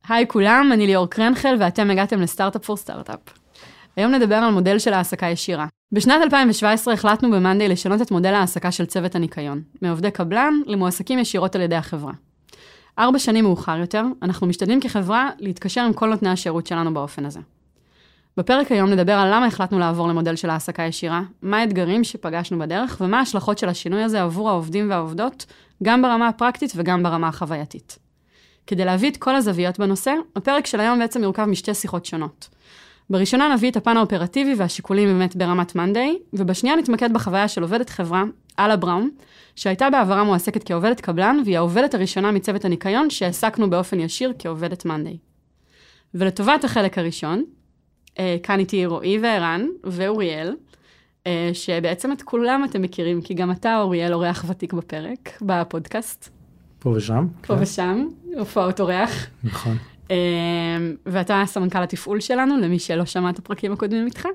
היי כולם, אני ליאור קרנחל ואתם הגעתם לסטארט-אפ פור סטארט-אפ. היום נדבר על מודל של העסקה ישירה. בשנת 2017 החלטנו במאנדיי לשנות את מודל העסקה של צוות הניקיון, מעובדי קבלן למועסקים ישירות על ידי החברה. 4 שנים מאוחר יותר, אנחנו משתדלים כחברה להתקשר עם כל נותני השירות שלנו באופן הזה. בפרק היום נדבר על למה החלטנו לעבור למודל של העסקה ישירה, מה האתגרים שפגשנו בדרך ומה ההשלכות של השינוי הזה עבור העובדים והעובדות, גם ברמה הפרקטית וגם ברמה החווייתית. כדי להביא את כל הזוויות בנושא, הפרק של היום בעצם יורכב משתי שיחות שונות. בראשונה נביא את הפן האופרטיבי והשיקולים באמת ברמת מאנדיי, ובשנייה נתמקד בחוויה של עובדת חברה, אלה בראון, שהייתה בעברה מועסקת כעובדת קבלן, והיא העובדת הראשונה מצוות הניקיון שהעסקנו באופן ישיר כעובדת מאנדיי. ולטובת החלק הראשון, כאן איתי רועי וערן ואוריאל, שבעצם את כולם אתם מכירים, כי גם אתה אוריאל אורח ותיק בפרק, בפודקאסט. פה ושם. פה ושם, הופעות אורח. נכון. ואתה סמנכ"ל התפעול שלנו, למי שלא שמע את הפרקים הקודמים איתך.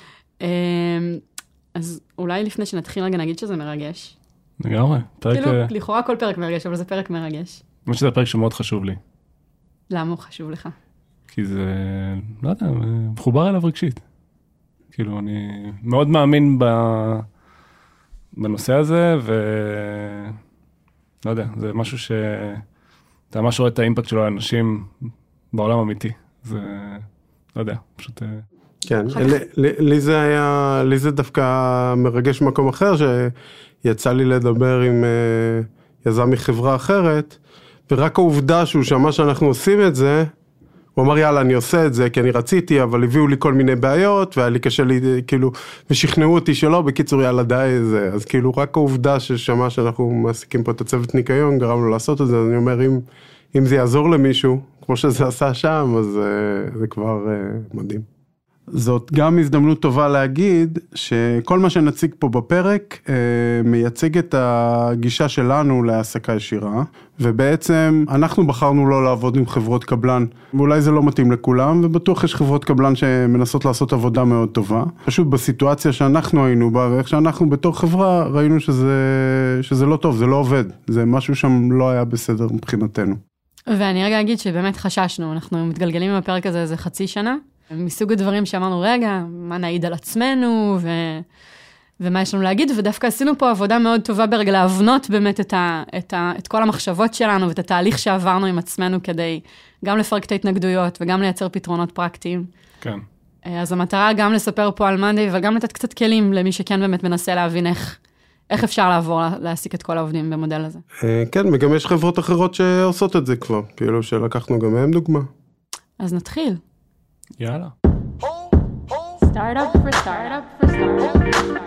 אז אולי לפני שנתחיל רגע נגיד שזה מרגש. לגמרי. כאילו, לכאורה כל פרק מרגש, אבל זה פרק מרגש. אני חושב שזה פרק שמאוד חשוב לי. למה הוא חשוב לך? כי זה, לא יודע, מחובר אליו רגשית. כאילו, אני מאוד מאמין בנושא הזה, לא יודע, זה משהו אתה ממש רואה את האימפקט שלו לאנשים בעולם אמיתי. זה, לא יודע, פשוט... כן, לי זה דווקא מרגש במקום אחר, שיצא לי לדבר עם יזם מחברה אחרת, ורק העובדה שהוא שמע שאנחנו עושים את זה, הוא אמר יאללה אני עושה את זה כי אני רציתי, אבל הביאו לי כל מיני בעיות, והיה לי קשה לי, כאילו, ושכנעו אותי שלא, בקיצור יאללה די זה, אז כאילו רק העובדה ששמע שאנחנו מעסיקים פה את הצוות ניקיון, גרם לו לעשות את זה, אז אני אומר אם זה יעזור למישהו, כמו שזה עשה שם, אז זה כבר מדהים. זאת גם הזדמנות טובה להגיד שכל מה שנציג פה בפרק מייצג את הגישה שלנו להעסקה ישירה, ובעצם אנחנו בחרנו לא לעבוד עם חברות קבלן, ואולי זה לא מתאים לכולם, ובטוח יש חברות קבלן שמנסות לעשות עבודה מאוד טובה. פשוט בסיטואציה שאנחנו היינו בה, ואיך שאנחנו בתור חברה ראינו שזה לא טוב, זה לא עובד, זה משהו שם לא היה בסדר מבחינתנו. ואני רגע אגיד שבאמת חששנו, אנחנו מתגלגלים בפרק הזה איזה חצי שנה, מסוג הדברים שאמרנו, רגע, מה נעיד על עצמנו, ומה יש לנו להגיד, ודווקא עשינו פה עבודה מאוד טובה ברגע להבנות באמת את כל המחשבות שלנו, ואת התהליך שעברנו עם עצמנו, כדי גם לפרק את ההתנגדויות, וגם לייצר פתרונות פרקטיים. כן. אז המטרה גם לספר פה על מאנדיי, וגם לתת קצת כלים למי שכן באמת מנסה להבין איך אפשר לעבור להעסיק את כל העובדים במודל הזה. כן, וגם יש חברות אחרות שעושות את זה כבר, כאילו שלקחנו גם מהם דוגמה. אז נתחיל. יאללה. Startup for startup for startup.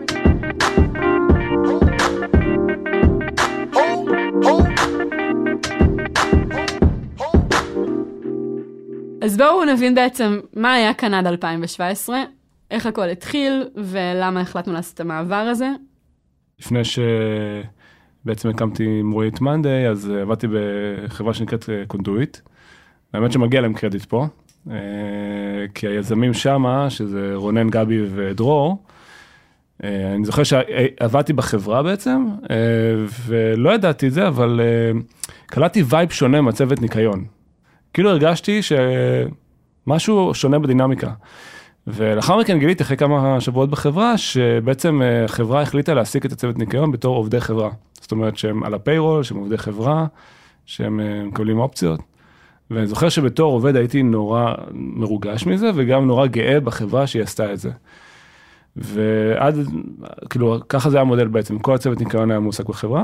אז בואו נבין בעצם מה היה כאן עד 2017, איך הכל התחיל ולמה החלטנו לעשות את המעבר הזה. לפני שבעצם הקמתי עם רועי את מאנדיי, אז עבדתי בחברה שנקראת קונדויט. האמת שמגיע להם קרדיט פה. כי היזמים שמה, שזה רונן, גבי ודרור, אני זוכר שעבדתי בחברה בעצם, ולא ידעתי את זה, אבל קלטתי וייב שונה מצוות ניקיון. כאילו הרגשתי שמשהו שונה בדינמיקה. ולאחר מכן גיליתי אחרי כמה שבועות בחברה, שבעצם החברה החליטה להעסיק את הצוות ניקיון בתור עובדי חברה. זאת אומרת שהם על הפיירול, שהם עובדי חברה, שהם מקבלים אופציות. ואני זוכר שבתור עובד הייתי נורא מרוגש מזה, וגם נורא גאה בחברה שהיא עשתה את זה. ועד, כאילו, ככה זה היה המודל בעצם, כל הצוות ניקיון היה מועסק בחברה,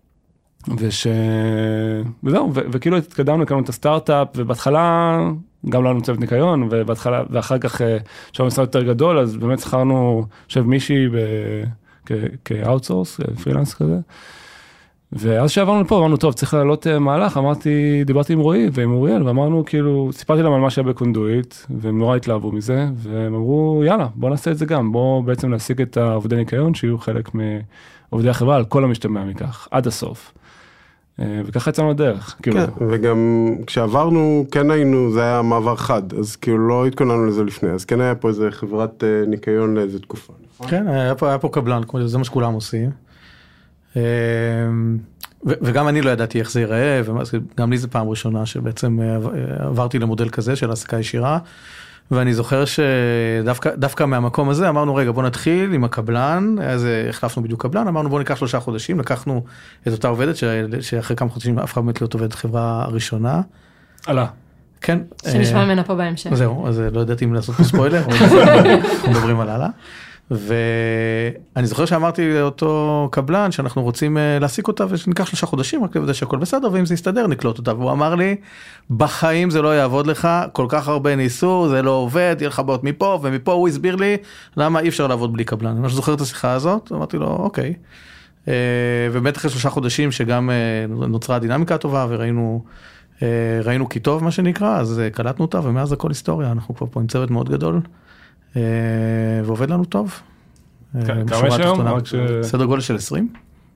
וזהו, וכאילו התקדמנו, הקמנו את הסטארט-אפ, ובהתחלה גם לנו צוות ניקיון, ואחר כך שם משרד יותר גדול, אז באמת שכרנו, חושב מישהי כאוטסורס, פרילנס כזה, ואז שעברנו לפה, אמרנו, טוב, צריך לעלות מהלך, דיברתי עם רועי ועם אוריאל, ואמרנו, כאילו, סיפרתי להם על מה שהיה בקונדויט, והם נורא התלהבו מזה, והם אמרו, יאללה, בוא נעשה את זה גם, בוא בעצם להשיג את העובדי ניקיון, שיהיו חלק מעובדי החברה, על כל המשתמע מכך, עד הסוף. וככה יצאנו לדרך. כן, וגם כשעברנו, כן היינו, זה היה מעבר חד, אז כאילו לא התכוננו לזה לפני, אז כן היה פה איזה חברת ניקיון לאיזה תקופה. כן, היה פה קבלן, זה מה שכולם עושים. וגם אני לא ידעתי איך זה ייראה, וגם לי זה פעם ראשונה שבעצם עברתי למודל כזה של העסקה ישירה, ואני זוכר שדווקא מהמקום הזה אמרנו, רגע, בוא נתחיל עם הקבלן, אז החלפנו בדיוק קבלן, אמרנו בוא ניקח 3 חודשים, לקחנו את אותה עובדת, שאחרי כמה חודשים אף אחד באמת להיות עובדת חברה הראשונה. עלה. כן. שנשמע ממנה פה בהמשך. זהו, אז לא ידעתי אם לעשות פה ספוילר, אנחנו מדברים על הלאה. ואני זוכר שאמרתי לאותו קבלן שאנחנו רוצים להעסיק אותה ושניקח 3 חודשים רק לוודא שהכל בסדר, ואם זה יסתדר נקלוט אותה. והוא אמר לי, בחיים זה לא יעבוד לך, כל כך הרבה ניסו, זה לא עובד, יהיה לך בעיות מפה ומפה. הוא הסביר לי למה אי אפשר לעבוד בלי קבלן. אני זוכר את השיחה הזאת, אמרתי לו אוקיי. ובאמת אחרי 3 חודשים שגם נוצרה הדינמיקה הטובה וראינו כי טוב מה שנקרא, אז קלטנו אותה ומאז הכל היסטוריה. אנחנו כבר פה עם צוות מאוד גדול. ועובד לנו טוב. כמה יש היום? סדר גודל של 20.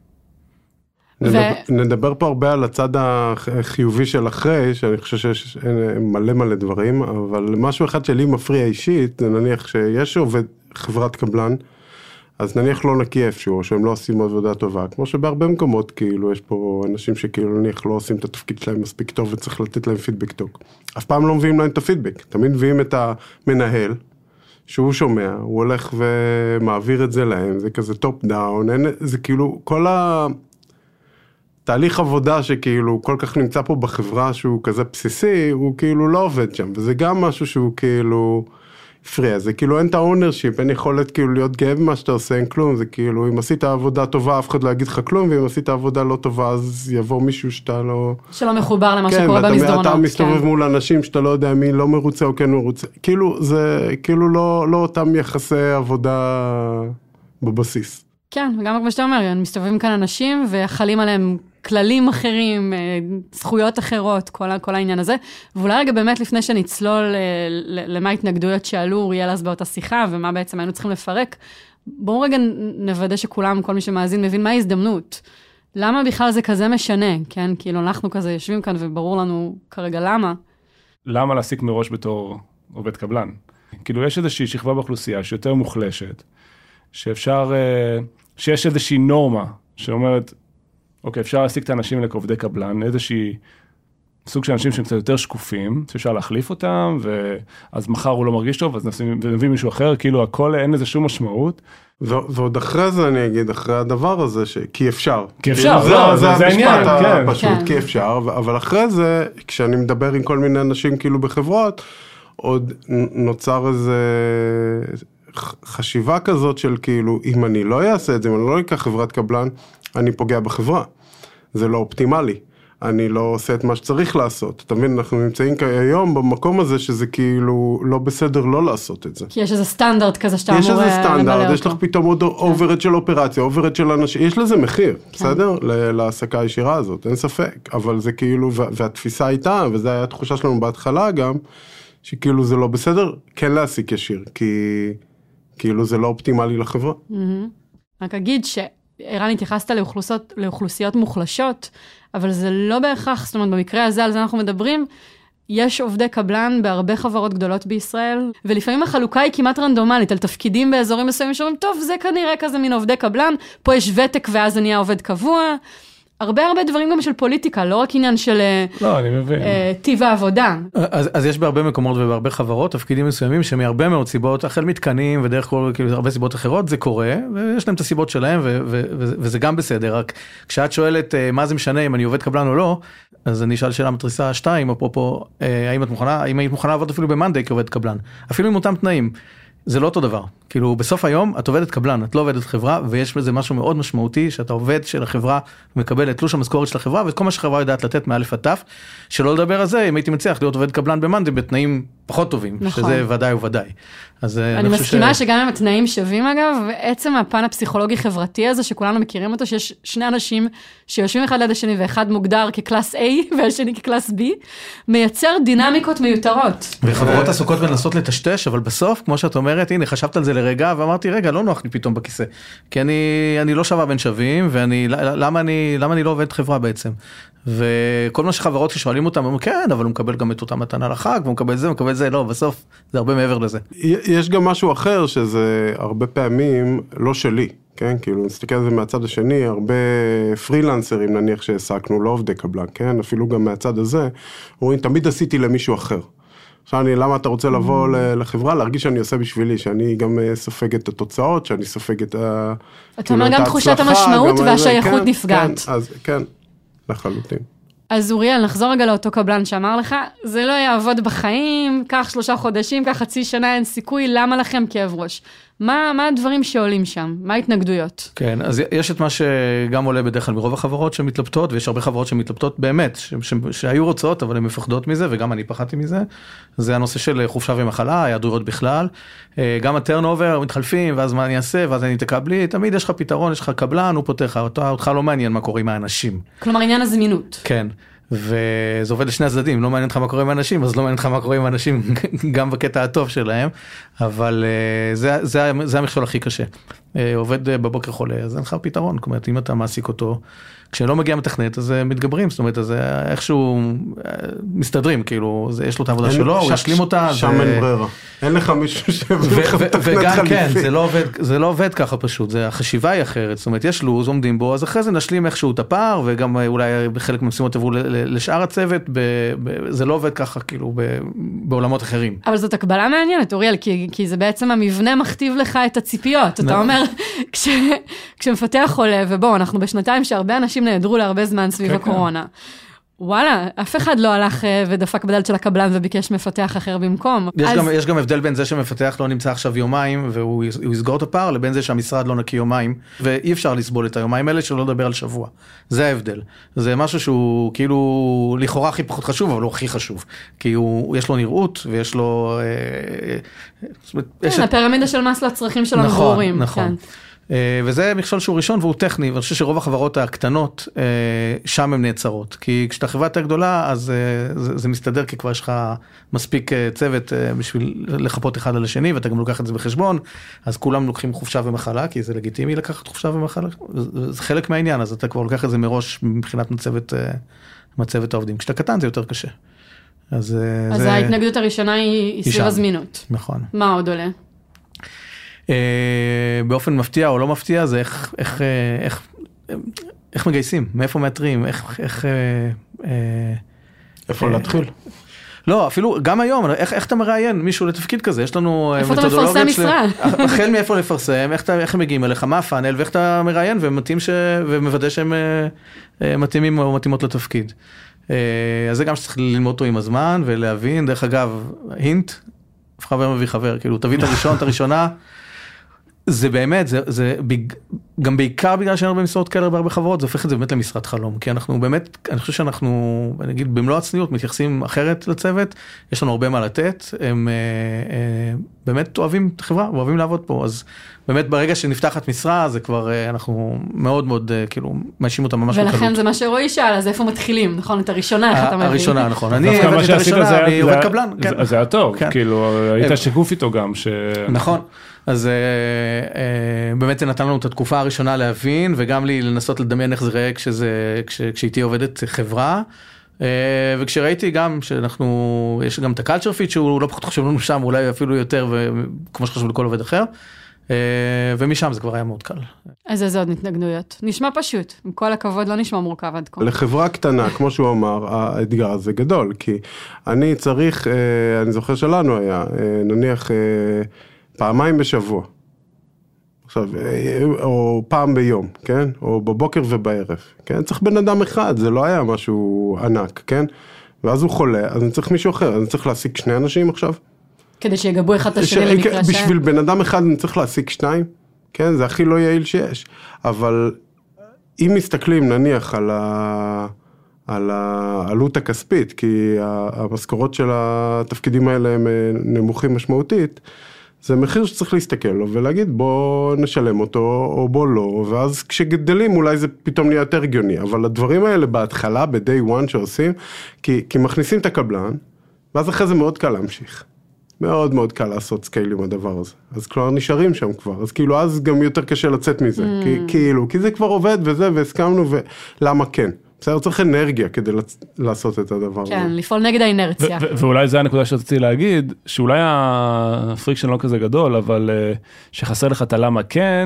נדבר פה הרבה על הצד החיובי של אחרי, שאני חושב שיש מלא דברים, אבל משהו אחד שלי מפריע אישית, זה נניח שיש עובד חברת קבלן, אז נניח לא נקי איפשהו, שהם לא עושים עבודה טובה, כמו שבהרבה מקומות כאילו, יש פה אנשים שכאילו נניח לא עושים את התפקיד שלהם מספיק טוב, וצריך לתת להם פידבק טוב. אף פעם לא מביאים להם את הפידבק, תמיד מביאים את המנהל, שהוא שומע, הוא הולך ומעביר את זה להם, זה כזה טופ דאון, זה כאילו כל התהליך עבודה שכאילו כל כך נמצא פה בחברה שהוא כזה בסיסי, הוא כאילו לא עובד שם, וזה גם משהו שהוא כאילו הפריע, זה כאילו אין את האונרשיפ, אין יכולת כאילו להיות גאה במה שאתה עושה, אין כלום, זה כאילו אם עשית עבודה טובה אף אחד לא יגיד לך כלום, ואם עשית עבודה לא טובה אז יבוא מישהו שאתה לא... שלא מחובר למה שקורה במסדרונות. כן, ואתה מסתובב מול אנשים שאתה לא יודע מי לא מרוצה או כן מרוצה, כאילו זה כאילו לא אותם יחסי עבודה בבסיס. כן, וגם כמו שאתה אומר, מסתובבים כאן אנשים וחלים עליהם כללים אחרים, זכויות אחרות, כל העניין הזה. ואולי רגע באמת לפני שנצלול למה התנגדויות שעלו אוריאל אז באותה שיחה, ומה בעצם היינו צריכים לפרק, בואו רגע נוודא שכולם, כל מי שמאזין מבין מה ההזדמנות. למה בכלל זה כזה משנה, כן? כאילו אנחנו כזה יושבים כאן וברור לנו כרגע למה. למה להעסיק מראש בתור עובד קבלן? כאילו יש איזושהי שכבה באוכלוסייה שיותר מוחלשת, שאפשר, שיש איזושהי נורמה שאומרת, אוקיי, אפשר להעסיק את האנשים האלה כעובדי קבלן, איזושהי סוג של אנשים שהם קצת יותר שקופים, שאפשר להחליף אותם, ואז מחר הוא לא מרגיש טוב, אז נביא מישהו אחר, כאילו הכל אין לזה שום משמעות. ועוד אחרי זה אני אגיד, אחרי הדבר הזה, כי אפשר. כי אפשר, זה העניין, כן. פשוט, כי אפשר, אבל אחרי זה, כשאני מדבר עם כל מיני אנשים כאילו בחברות, עוד נוצר איזה חשיבה כזאת של כאילו, אם אני לא אעשה את זה, אם אני לא אקח חברת קבלן, אני פוגע בחברה. זה לא אופטימלי. אני לא עושה את מה שצריך לעשות. אתה מבין, אנחנו נמצאים היום במקום הזה שזה כאילו לא בסדר לא לעשות את זה. כי יש איזה סטנדרט כזה שאתה אמור יש איזה סטנדרט, יש לך פתאום עוד אוברד של אופרציה, אוברד של אנשים, יש לזה מחיר, בסדר? להעסקה הישירה הזאת, אין ספק. אבל זה כאילו, והתפיסה הייתה, וזו הייתה התחושה שלנו בהתחלה גם, שכאילו זה לא בסדר, כן להעסיק ישיר, כי כאילו זה לא אופטימלי לחברה. רק אגיד שערן התייחסת לאוכלוסיות מוחלשות, אבל זה לא בהכרח, זאת אומרת, במקרה הזה, על זה אנחנו מדברים, יש עובדי קבלן בהרבה חברות גדולות בישראל, ולפעמים החלוקה היא כמעט רנדומלית, על תפקידים באזורים מסוימים שאומרים, טוב, זה כנראה כזה מין עובדי קבלן, פה יש ותק ואז אני עובד קבוע, הרבה דברים גם של פוליטיקה, לא רק עניין של טיב העבודה. אז יש בהרבה מקומות ובהרבה חברות, תפקידים מסוימים שמהרבה מאוד סיבות, החל מתקנים ודרך כל, כאילו, הרבה סיבות אחרות, זה קורה, ויש להם את הסיבות שלהם, וזה גם בסדר. רק כשאת שואלת מה זה משנה אם אני עובד קבלן או לא, אז אני אשאל שאלה מתריסה 2, אפרופו, האם היית מוכנה לעבוד אפילו במאנדיי כעובד קבלן, אפילו עם אותם תנאים. זה לא אותו דבר. כאילו, בסוף היום, את עובדת קבלן, את לא עובדת חברה, ויש בזה משהו מאוד משמעותי, שאתה עובד של החברה, ומקבל את תלוש המשכורת של החברה, ואת כל מה שהחברה יודעת לתת מאלף עד תף, שלא לדבר על זה, אם הייתי מצליח להיות עובד קבלן במאנדיי, בתנאים פחות טובים, נכון. שזה ודאי וודאי. אני מסכימה שגם אם התנאים שווים אגב, ועצם הפן הפסיכולוגי-חברתי הזה, שכולנו מכירים אותו, שיש 2 אנשים שיושבים אחד ליד השני, ואחד מוגדר כקלאס A, והשני כקלאס B, מייצר דינמיקות מיותרות. וחברות עסוקות מנסות לטשטש, אבל בסוף, כמו שאת אומרת, הנה, חשבת על זה לרגע, ואמרתי, רגע, לא נוח לי פתאום בכיסא. כי אני לא שווה בין שווים, למה אני לא עובד חברה בעצם? וכל מה שחברות ששואלים אותם, אומרים, כן, אבל הוא מקבל גם את אותה מתנה לחג, והוא מקבל זה, מקבל זה, לא, בסוף זה הרבה מעבר לזה. יש גם משהו אחר שזה הרבה פעמים לא שלי, כן, כאילו נסתכל על זה מהצד השני, הרבה פרילנסרים נניח שהעסקנו, לא עובדי קבלן, כן, אפילו גם מהצד הזה, אומרים, תמיד עשיתי למישהו אחר. עכשיו למה אתה רוצה לבוא לחברה, להרגיש שאני עושה בשבילי, שאני גם סופג את התוצאות, שאני סופג את ההצלחה. אתה אומר גם תחושת המשמעות והשייכות נפגעת. אז כן, לחלוטין. אז אוריאל, נחזור רגע לאותו קבלן שאמר לך, זה לא יעבוד בחיים, קח 3 חודשים, קח חצי שנה, אין סיכוי, למה לכם כאב ראש? מה הדברים שעולים שם? מה ההתנגדויות? כן, אז יש את מה שגם עולה בדרך כלל מרוב החברות שמתלבטות, ויש הרבה חברות שמתלבטות באמת, שהיו רוצות, אבל הן מפחדות מזה, וגם אני פחדתי מזה. זה הנושא של חופשה ומחלה, היעדרויות בכלל. גם הטרנאובר, מתחלפים, ואז מה אני אעשה, ואז אני אתקע בלי, תמיד יש לך פתרון, יש לך קבלן, הוא פותח, אותך לא מעניין מה קורה עם האנשים. כלומר, עניין הזמינות. כן. וזה עובד לשני הצדדים, לא מעניין אותך מה קורה עם האנשים, אז לא מעניין אותך מה קורה עם האנשים, גם בקטע הטוב שלהם, אבל זה המכשול הכי קשה. עובד בבוקר חולה, אז אין לך פתרון, זאת אומרת, אם אתה מעסיק אותו, כשלא מגיע מתכנת, אז מתגברים, זאת אומרת, אז איכשהו מסתדרים, כאילו, יש לו את העבודה שלו, הוא ישלים אותה. שם אין ברירה. אין לך מישהו שמתכנת חליפי. וגם כן, זה לא עובד ככה פשוט, החשיבה היא אחרת, זאת אומרת, יש לוז, עומדים בו, אז אחרי זה נשלים איכשהו את הפער, וגם אולי בחלק מהמשימות עברו לשאר הצוות, זה לא עובד ככה, כאילו, בעולמות אחרים. אבל זאת הקבלה מעניינת, אוריאל, כי זה בעצם המבנה מכתיב לך את הציפיות. אתה אומר, כשמפתח חולה, ובוא, אנחנו בשנתיים שהרבה אנשים נעדרו להרבה זמן סביב הקורונה. וואלה, אף אחד לא הלך ודפק בדלת של הקבלן וביקש מפתח אחר במקום. יש גם הבדל בין זה שמפתח לא נמצא עכשיו יומיים, והוא יסגור את הפער, לבין זה שהמשרד לא נקי יומיים, ואי אפשר לסבול את היומיים האלה שלא לדבר על שבוע. זה ההבדל. זה משהו שהוא כאילו לכאורה הכי פחות חשוב, אבל הוא הכי חשוב. כי יש לו נראות, ויש לו... כן, הפירמידה של מאסלו הצרכים שלנו ברורים. נכון. וזה מכשול שהוא ראשון והוא טכני, ואני חושב שרוב החברות הקטנות שם הן נעצרות, כי כשאתה חברה יותר גדולה, אז זה מסתדר, כי כבר יש לך מספיק צוות בשביל לחפות אחד על השני, ואתה גם לוקח את זה בחשבון, אז כולם לוקחים חופשה ומחלה, כי זה לגיטימי לקחת חופשה ומחלה, זה חלק מהעניין, אז אתה כבר לוקח את זה מראש מבחינת מצבת העובדים. כשאתה קטן זה יותר קשה. אז ההתנגדות הראשונה היא סביב הזמינות. נכון. מה עוד עולה? באופן מפתיע או לא מפתיע, זה איך מגייסים, מאיפה מאתרים, איפה להתחיל? לא, אפילו גם היום, איך אתה מראיין מישהו לתפקיד כזה, יש לנו איפה אתה מפרסם משרה? החל מאיפה לפרסם, איך הם מגיעים אליך, מה הפאנל, ואיך אתה מראיין ומוודא שהם מתאימים או מתאימות לתפקיד. אז זה גם שצריך ללמוד אותו עם הזמן ולהבין, דרך אגב, הינט, חבר מביא חבר, כאילו תביא את הראשונה, זה באמת, זה גם בעיקר בגלל שאין הרבה משרות כאלה בהרבה חברות, זה הופך את זה באמת למשרת חלום, כי אנחנו באמת, אני חושב שאנחנו, נגיד, במלוא הצניעות, מתייחסים אחרת לצוות, יש לנו הרבה מה לתת, הם באמת אוהבים את החברה, אוהבים לעבוד פה, אז באמת ברגע שנפתחת משרה, זה כבר, אנחנו מאוד מאוד, כאילו, מאשים אותם ממש בקלות. ולכן זה מה שרועי שאל, אז איפה מתחילים, נכון? את הראשונה, איך אתה מביא? הראשונה, נכון. אני הבאתי את הראשונה, אני עובד קבלן. זה היה טוב, כאילו, היית שקוף איתו גם. נכון. אז באמת זה נתן לנו את התקופה הראשונה להבין, וגם לי לנסות לדמיין איך זה ראה כשהייתי עובדת חברה, וכשראיתי גם שאנחנו, יש גם את הקלצ'ר פיט שהוא לא פחות חשוב לנו שם, אולי אפילו יותר, כמו שחשוב לכל עובד אחר, ומשם זה כבר היה מאוד קל. אז איזה עוד התנגדויות? נשמע פשוט, עם כל הכבוד לא נשמע מורכב עד כה. לחברה קטנה, כמו שהוא אמר, האתגר הזה גדול, כי אני צריך, אני זוכר שלנו היה, נניח פעמיים בשבוע, עכשיו, או פעם ביום, כן? או בבוקר ובערב, כן? צריך בן אדם אחד, זה לא היה משהו ענק, כן? ואז הוא חולה, אז אני צריך מישהו אחר, אז אני צריך להשיג 2 אנשים עכשיו. כדי שיגבו אחד את השני למקרה ש... בשביל בן אדם אחד אני צריך להשיג 2, כן? זה הכי לא יעיל שיש. אבל אם מסתכלים נניח על העלות הכספית, כי המשכורות של התפקידים האלה הם נמוכים משמעותית, זה מחיר שצריך להסתכל לו ולהגיד בוא נשלם אותו או בוא לא, ואז כשגדלים אולי זה פתאום נהיה יותר הגיוני, אבל הדברים האלה בהתחלה, ב-day one שעושים, כי מכניסים את הקבלן, ואז אחרי זה מאוד קל להמשיך. מאוד מאוד קל לעשות סקייל עם הדבר הזה. אז כבר נשארים שם כבר, אז כאילו אז גם יותר קשה לצאת מזה, כי זה כבר עובד וזה, והסכמנו ולמה כן. בסדר, צריך אנרגיה כדי לעשות את הדבר הזה. כן, לפעול נגד האינרציה. ואולי זה הנקודה שרציתי להגיד, שאולי הפריקשן לא כזה גדול, אבל שחסר לך את הלמה כן,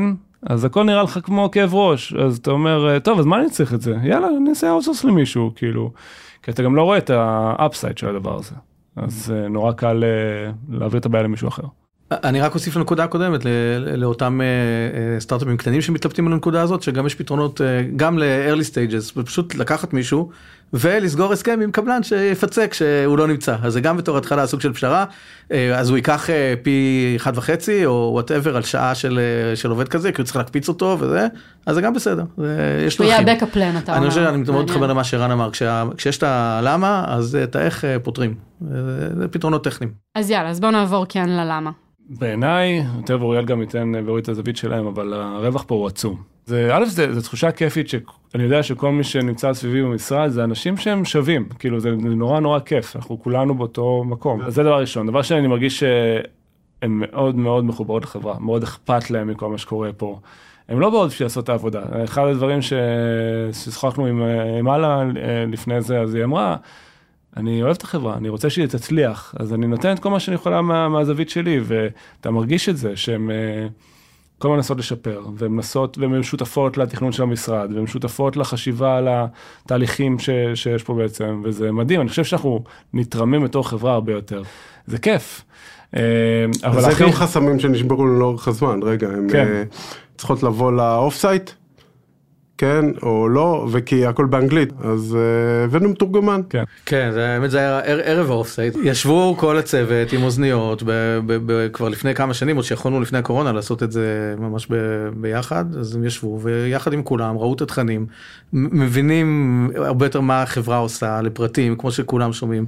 אז הכל נראה לך כמו כאב ראש, אז אתה אומר, טוב, אז מה אני צריך את זה? יאללה, אני אעשה אאוטסורס למישהו, כאילו, כי אתה גם לא רואה את האפסייד של הדבר הזה, אז נורא קל להעביר את הבעיה למישהו אחר. אני רק אוסיף לנקודה הקודמת, לאותם סטארט-אפים קטנים שמתלבטים על הנקודה הזאת, שגם יש פתרונות גם ל-early stages, ופשוט לקחת מישהו ולסגור הסכם עם קבלן שיפצה כשהוא לא נמצא. אז זה גם בתור התחלה סוג של פשרה, אז הוא ייקח פי 1.5 או whatever על שעה של עובד כזה, כי הוא צריך להקפיץ אותו וזה, אז זה גם בסדר. יש הוא יהיה backup plan, אתה אומר. אני חושב, אני מאוד מתחבר למה שרן אמר, כשיש את הלמה, אז את האיך פותרים. זה פתרונות טכניים. אז יאללה, אז בואו נעבור כן ללמה. בעיניי, יותר ואוריאל גם ייתן ואוריד את הזווית שלהם, אבל הרווח פה הוא עצום. זה תחושה כיפית שאני יודע שכל מי שנמצא סביבי במשרד, זה אנשים שהם שווים, כאילו זה נורא נורא כיף, אנחנו כולנו באותו מקום. אז זה דבר ראשון. דבר שני, אני מרגיש שהם מאוד מאוד מחוברות לחברה, מאוד אכפת להם מכל מה שקורה פה. הם לא בעוד בשביל לעשות את העבודה. אחד הדברים ששוחחנו עם אלה לפני זה, אז היא אמרה, אני אוהב את החברה, אני רוצה שהיא תצליח, אז אני נותן את כל מה שאני יכולה מהזווית שלי, ואתה מרגיש את זה, שהן כל מה נסות לשפר, והן שותפות לתכנון של המשרד, והן שותפות לחשיבה על התהליכים שיש פה בעצם, וזה מדהים, אני חושב שאנחנו נתרמים בתור חברה הרבה יותר. זה כיף. זה גם חסמים שנשברו לאורך הזמן, רגע, הן צריכות לבוא לאוף-סייט, כן, או לא, וכי הכל באנגלית, אז הבאנו מתורגמן. כן, האמת זה היה ערב האופסייט. ישבו כל הצוות עם אוזניות, כבר לפני כמה שנים, עוד שיכולנו לפני הקורונה לעשות את זה ממש ביחד, אז הם ישבו, ויחד עם כולם, ראו את התכנים, מבינים הרבה יותר מה החברה עושה, לפרטים, כמו שכולם שומעים.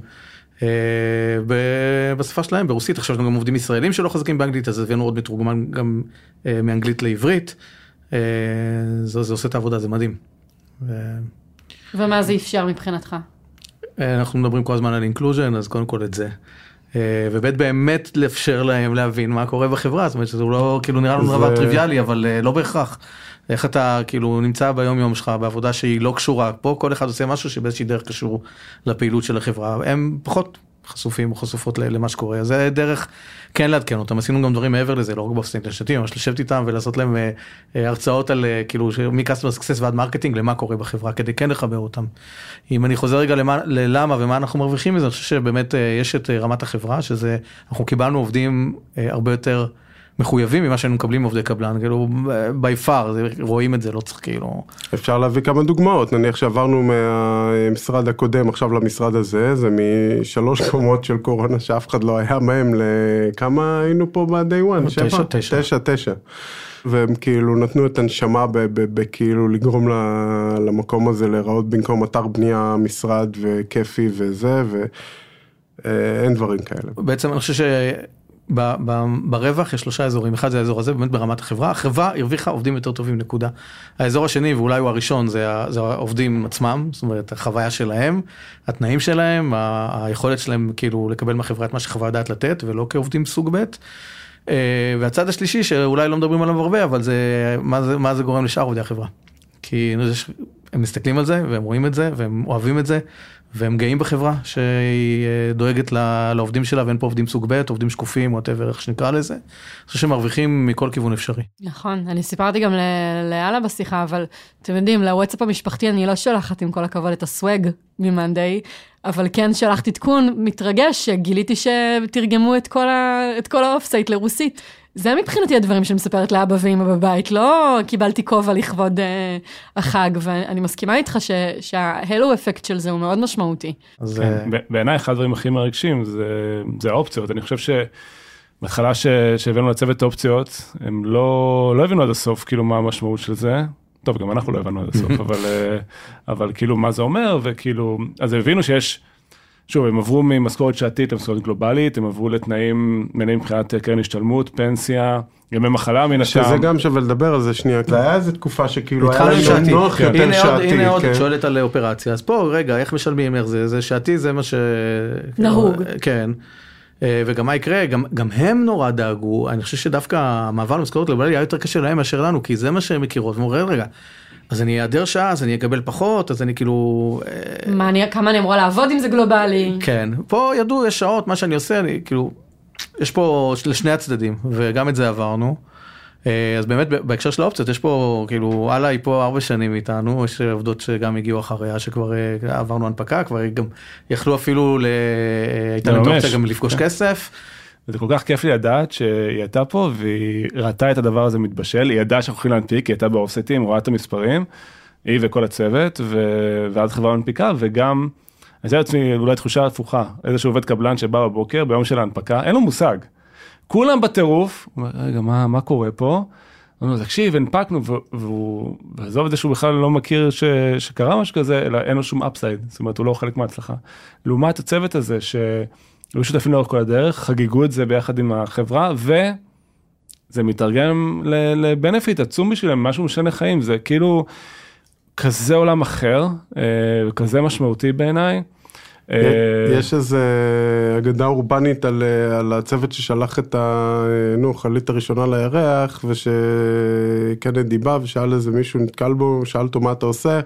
בשפה שלהם, ברוסית. עכשיו גם עובדים ישראלים שלא חזקים באנגלית, אז הבאנו עוד מתורגמן גם מאנגלית לעברית. זה עושה את העבודה, זה מדהים. ומה זה אפשר מבחינתך? אנחנו מדברים כל הזמן על אינקלוז'ן, אז קודם כל את זה. ובית באמת לאפשר להם להבין מה קורה בחברה, זאת אומרת שזה לא, כאילו נראה לנו דבר טריוויאלי, אבל לא בהכרח. איך אתה כאילו נמצא ביום יום שלך בעבודה שהיא לא קשורה, פה כל אחד עושה משהו שבאיזושהי דרך קשור לפעילות של החברה, הם פחות חשופים או חשופות למה שקורה, אז זה דרך כן לעדכן אותם, עשינו גם דברים מעבר לזה, לא רק באופסטינט לשתים, ממש לשבת איתם ולעשות להם הרצאות על כאילו מ-Customer Success ועד מרקטינג למה קורה בחברה, כדי כן לחבר אותם. אם אני חוזר רגע ללמה ומה אנחנו מרוויחים מזה, אני חושב שבאמת יש את רמת החברה, שזה, אנחנו קיבלנו עובדים הרבה יותר מחויבים ממה שהיינו מקבלים עובדי קבלן, כאילו by far, רואים את זה, לא צריך כאילו. אפשר להביא כמה דוגמאות, נניח שעברנו מהמשרד הקודם עכשיו למשרד הזה, זה מ3 קומות של קורונה שאף אחד לא היה מהם, לכמה היינו פה ב-day 1? 9. והם כאילו נתנו את הנשמה בכאילו לגרום למקום הזה להיראות במקום אתר בנייה, משרד וכיפי וזה, ואין דברים כאלה. בעצם אני חושב ברווח יש 3 אזורים, אחד זה האזור הזה, באמת ברמת החברה, החברה הרוויחה עובדים יותר טובים, נקודה. האזור השני, ואולי הוא הראשון, זה העובדים עצמם, זאת אומרת, החוויה שלהם, התנאים שלהם, היכולת שלהם כאילו לקבל מהחברה את מה שחברה יודעת לתת, ולא כעובדים סוג ב'. והצד השלישי, שאולי לא מדברים עליו הרבה, אבל זה, מה זה גורם לשאר עובדי החברה. כי הם מסתכלים על זה, והם רואים את זה, והם אוהבים את זה, והם גאים בחברה שהיא דואגת לעובדים שלה, ואין פה עובדים סוג ב', עובדים שקופים, whatever, איך שנקרא לזה. אני חושב שהם מרוויחים מכל כיוון אפשרי. נכון, אני סיפרתי גם לאלה בשיחה, אבל אתם יודעים, לוואטסאפ המשפחתי אני לא שולחת עם כל הכבוד את הסווג ממנדי, אבל כן שלחתי תיקון מתרגש, שגיליתי שתרגמו את כל האופסייט לרוסית. זה מבחינתי הדברים שמספרת לאבא ואמא בבית, לא קיבלתי כובע לכבוד החג, ואני מסכימה איתך שההלו אפקט של זה הוא מאוד משמעותי. בעיניי אחד הדברים הכי מרגשים זה האופציות, אני חושב שבהתחלה שהבאנו לצוות האופציות, הם לא הבינו עד הסוף כאילו מה המשמעות של זה, טוב גם אנחנו לא הבנו עד הסוף, אבל כאילו מה זה אומר, וכאילו, אז הם הבינו שיש, שוב, הם עברו ממשכורת שעתית למשכורת גלובלית, הם עברו לתנאים מלאים מבחינת קרן השתלמות, פנסיה, ימי מחלה מן השם. שזה גם שווה לדבר על זה שנייה, זה היה איזו תקופה שכאילו היה לנו נוח יותר שעתי. הנה עוד, את שואלת על אופרציה, אז פה רגע, איך משלמים, איך זה שעתי, זה מה ש... נהוג. כן, וגם מה יקרה, גם הם נורא דאגו, אני חושב שדווקא המעבר למשכורת גלובלית היה יותר קשה להם מאשר לנו, כי זה מה שהם מכירות, ומורד רגע. אז אני אעדר שעה, אז אני אקבל פחות, אז אני כאילו... כמה אני אמורה לעבוד אם זה גלובלי? כן, פה ידעו, יש שעות, מה שאני עושה, אני כאילו... יש פה לשני הצדדים, וגם את זה עברנו. אז באמת בהקשר של האופציות, יש פה, כאילו, הלאה היא פה 4 שנים איתנו, יש עובדות שגם הגיעו אחריה, שכבר עברנו הנפקה, כבר גם יכלו אפילו, הייתה להם אופציה גם לפגוש כסף. זה כל כך כיף לי לדעת שהיא הייתה פה, והיא ראתה את הדבר הזה מתבשל, היא ידעה שאנחנו יכולים להנפיק, היא הייתה באופסטים, רואה את המספרים, היא וכל הצוות, ואז חברה מנפיקה, וגם, הייתה לעצמי אולי תחושה הפוכה, איזשהו עובד קבלן שבא בבוקר, ביום של ההנפקה, אין לו מושג. כולם בטירוף, הוא אומר, רגע, מה קורה פה? הוא אומר, תקשיב, הנפקנו, ועזוב את זה שהוא בכלל לא מכיר שקרה משהו כזה, אלא אין לו שום אפסייד, זאת אומרת, הוא לא חלק מההצלחה. לעומת הצוות הזה, שהיו שותפים לאורך כל הדרך, חגיגו את זה ביחד עם החברה, וזה מתרגם לבנפיט עצום בשבילם, משהו משנה חיים, זה כאילו כזה עולם אחר, כזה משמעותי בעיניי, יש איזו אגדה אורבנית על הצוות ששלח את החללית הראשונה לירח, ושקנדי בא ושאל איזה מישהו נתקל בו, שאל אותו מה אתה עושה,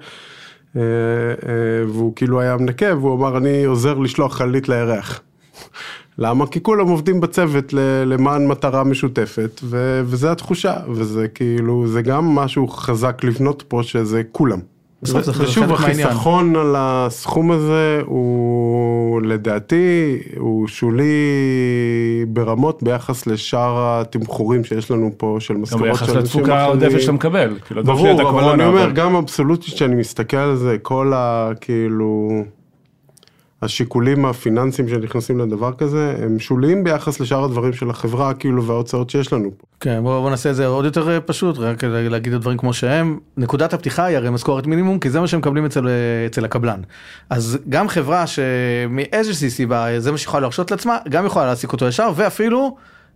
והוא כאילו היה מנקה, והוא אמר אני עוזר לשלוח חללית לירח. למה? כי כולם עובדים בצוות למען מטרה משותפת, וזה התחושה, וזה כאילו, זה גם משהו חזק לבנות פה שזה כולם. ושוב, החיסכון על הסכום הזה הוא לדעתי, הוא שולי ברמות ביחס לשאר התמחורים שיש לנו פה של משכורות של אנשים אחרים. ביחס לתפוקה העודפת שאתה מקבל. ברור, אבל אני אומר, גם אבסולוטית שאני מסתכל על זה, כל כאילו השיקולים הפיננסיים שנכנסים לדבר כזה, הם שוליים ביחס לשאר הדברים של החברה, כאילו, וההוצאות שיש לנו פה. כן, בוא נעשה את זה עוד יותר פשוט, רק להגיד את הדברים כמו שהם. נקודת הפתיחה היא הרי משכורת מינימום, כי זה מה שהם מקבלים אצל הקבלן. אז גם חברה שמאיזושהי סיבה, זה מה שיכולה להרשות לעצמה, גם יכולה להעסיק אותו ישר, ואפילו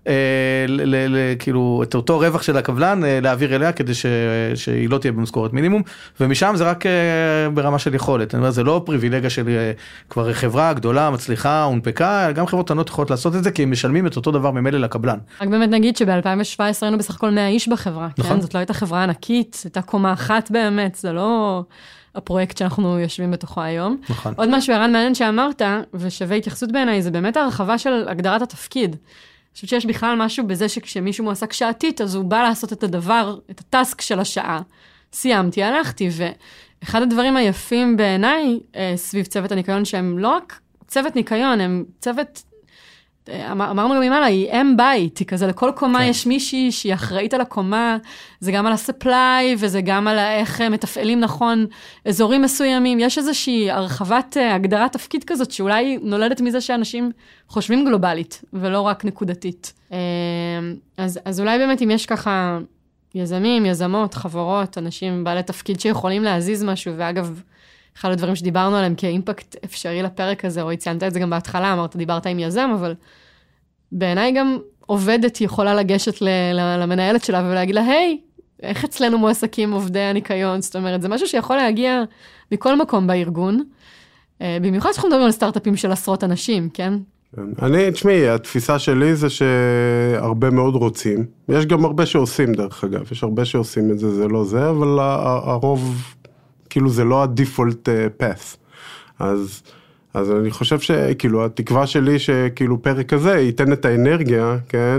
כאילו את אותו רווח של הקבלן להעביר אליה כדי שהיא לא תהיה במשכורת מינימום, ומשם זה רק ברמה של יכולת. אני אומר, זה לא פריבילגיה של כבר חברה גדולה, מצליחה, הונפקה, גם חברות קטנות יכולות לעשות את זה, כי הם משלמים את אותו דבר ממילא לקבלן. רק באמת נגיד שב-2017 היינו בסך הכל 100 איש בחברה, כן? זאת לא הייתה חברה ענקית, הייתה קומה אחת באמת, זה לא הפרויקט שאנחנו יושבים בתוכו היום. נכון. עוד משהו ערן מעניין שאמרת, ושווה התייחסות בעיניי, זה באמת הרחבה של הגדרת התפקיד. אני חושבת שיש בכלל משהו בזה שכשמישהו מועסק שעתית, אז הוא בא לעשות את הדבר, את הטסק של השעה. סיימתי, הלכתי, ואחד הדברים היפים בעיניי, סביב צוות הניקיון, שהם לא רק צוות ניקיון, הם צוות, אמרנו גם ממעלה, היא אם בית, היא כזה, לכל קומה יש מישהי שהיא אחראית על הקומה, זה גם על הספליי, וזה גם על איך מתפעלים נכון אזורים מסוימים, יש איזושהי הרחבת הגדרת תפקיד כזאת, שאולי נולדת מזה שאנשים חושבים גלובלית, ולא רק נקודתית. אז אולי באמת אם יש ככה יזמים, יזמות, חברות, אנשים בעלי תפקיד שיכולים להזיז משהו, ואגב, אחד הדברים שדיברנו עליהם כאימפקט אפשרי לפרק הזה, או ציינת את זה גם בהתחלה, אמרת, דיברת עם יזם, אבל בעיניי גם עובדת יכולה לגשת למנהלת שלה ולהגיד לה, היי, איך אצלנו מועסקים עובדי הניקיון? זאת אומרת, זה משהו שיכול להגיע מכל מקום בארגון, במיוחד שאנחנו מדברים על סטארט-אפים של עשרות אנשים, כן? תשמעי, התפיסה שלי זה שהרבה מאוד רוצים, יש גם הרבה שעושים דרך אגב, יש הרבה שעושים את זה, זה לא זה, אבל הרוב כאילו זה לא הדיפולט פאס. אז אני חושב שכאילו התקווה שלי שכאילו פרק כזה ייתן את האנרגיה, כן,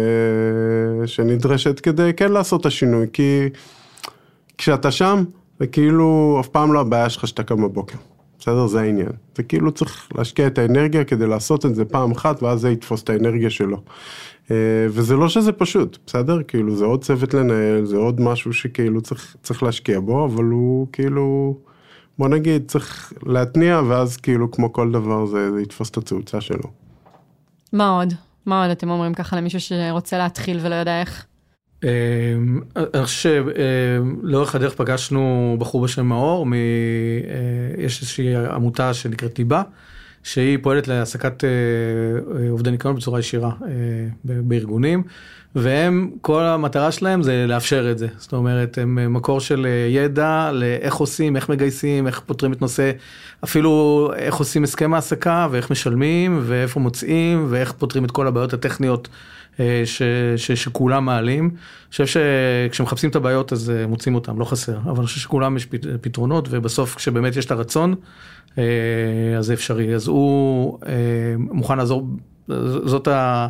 שנדרשת כדי כן לעשות את השינוי, כי כשאתה שם, זה כאילו אף פעם לא הבעיה שלך שאתה קם בבוקר. בסדר, זה העניין. זה כאילו צריך להשקיע את האנרגיה כדי לעשות את זה פעם אחת, ואז זה יתפוס את האנרגיה שלו. וזה לא שזה פשוט, בסדר? כאילו זה עוד צוות לנהל, זה עוד משהו שכאילו צריך להשקיע בו, אבל הוא כאילו, בוא נגיד, צריך להתניע, ואז כאילו כמו כל דבר זה יתפוס את הצעוצה שלו. מה עוד? מה עוד אתם אומרים ככה למישהו שרוצה להתחיל ולא יודע איך? אני חושב שלאורך הדרך פגשנו בחור בשם מאור, יש איזושהי עמותה שנקראת ליבה, שהיא פועלת להעסקת עובדי ניקיון בצורה ישירה בארגונים, והם, כל המטרה שלהם זה לאפשר את זה. זאת אומרת, הם מקור של ידע לאיך עושים, איך מגייסים, איך פותרים את נושא, אפילו איך עושים הסכם העסקה, ואיך משלמים, ואיפה מוצאים, ואיך פותרים את כל הבעיות הטכניות שכולם מעלים. אני חושב שכשמחפשים את הבעיות אז מוצאים אותם, לא חסר, אבל אני חושב שכולם יש פתרונות, ובסוף כשבאמת יש את הרצון, אז זה אפשרי. אז הוא מוכן לעזור, זאת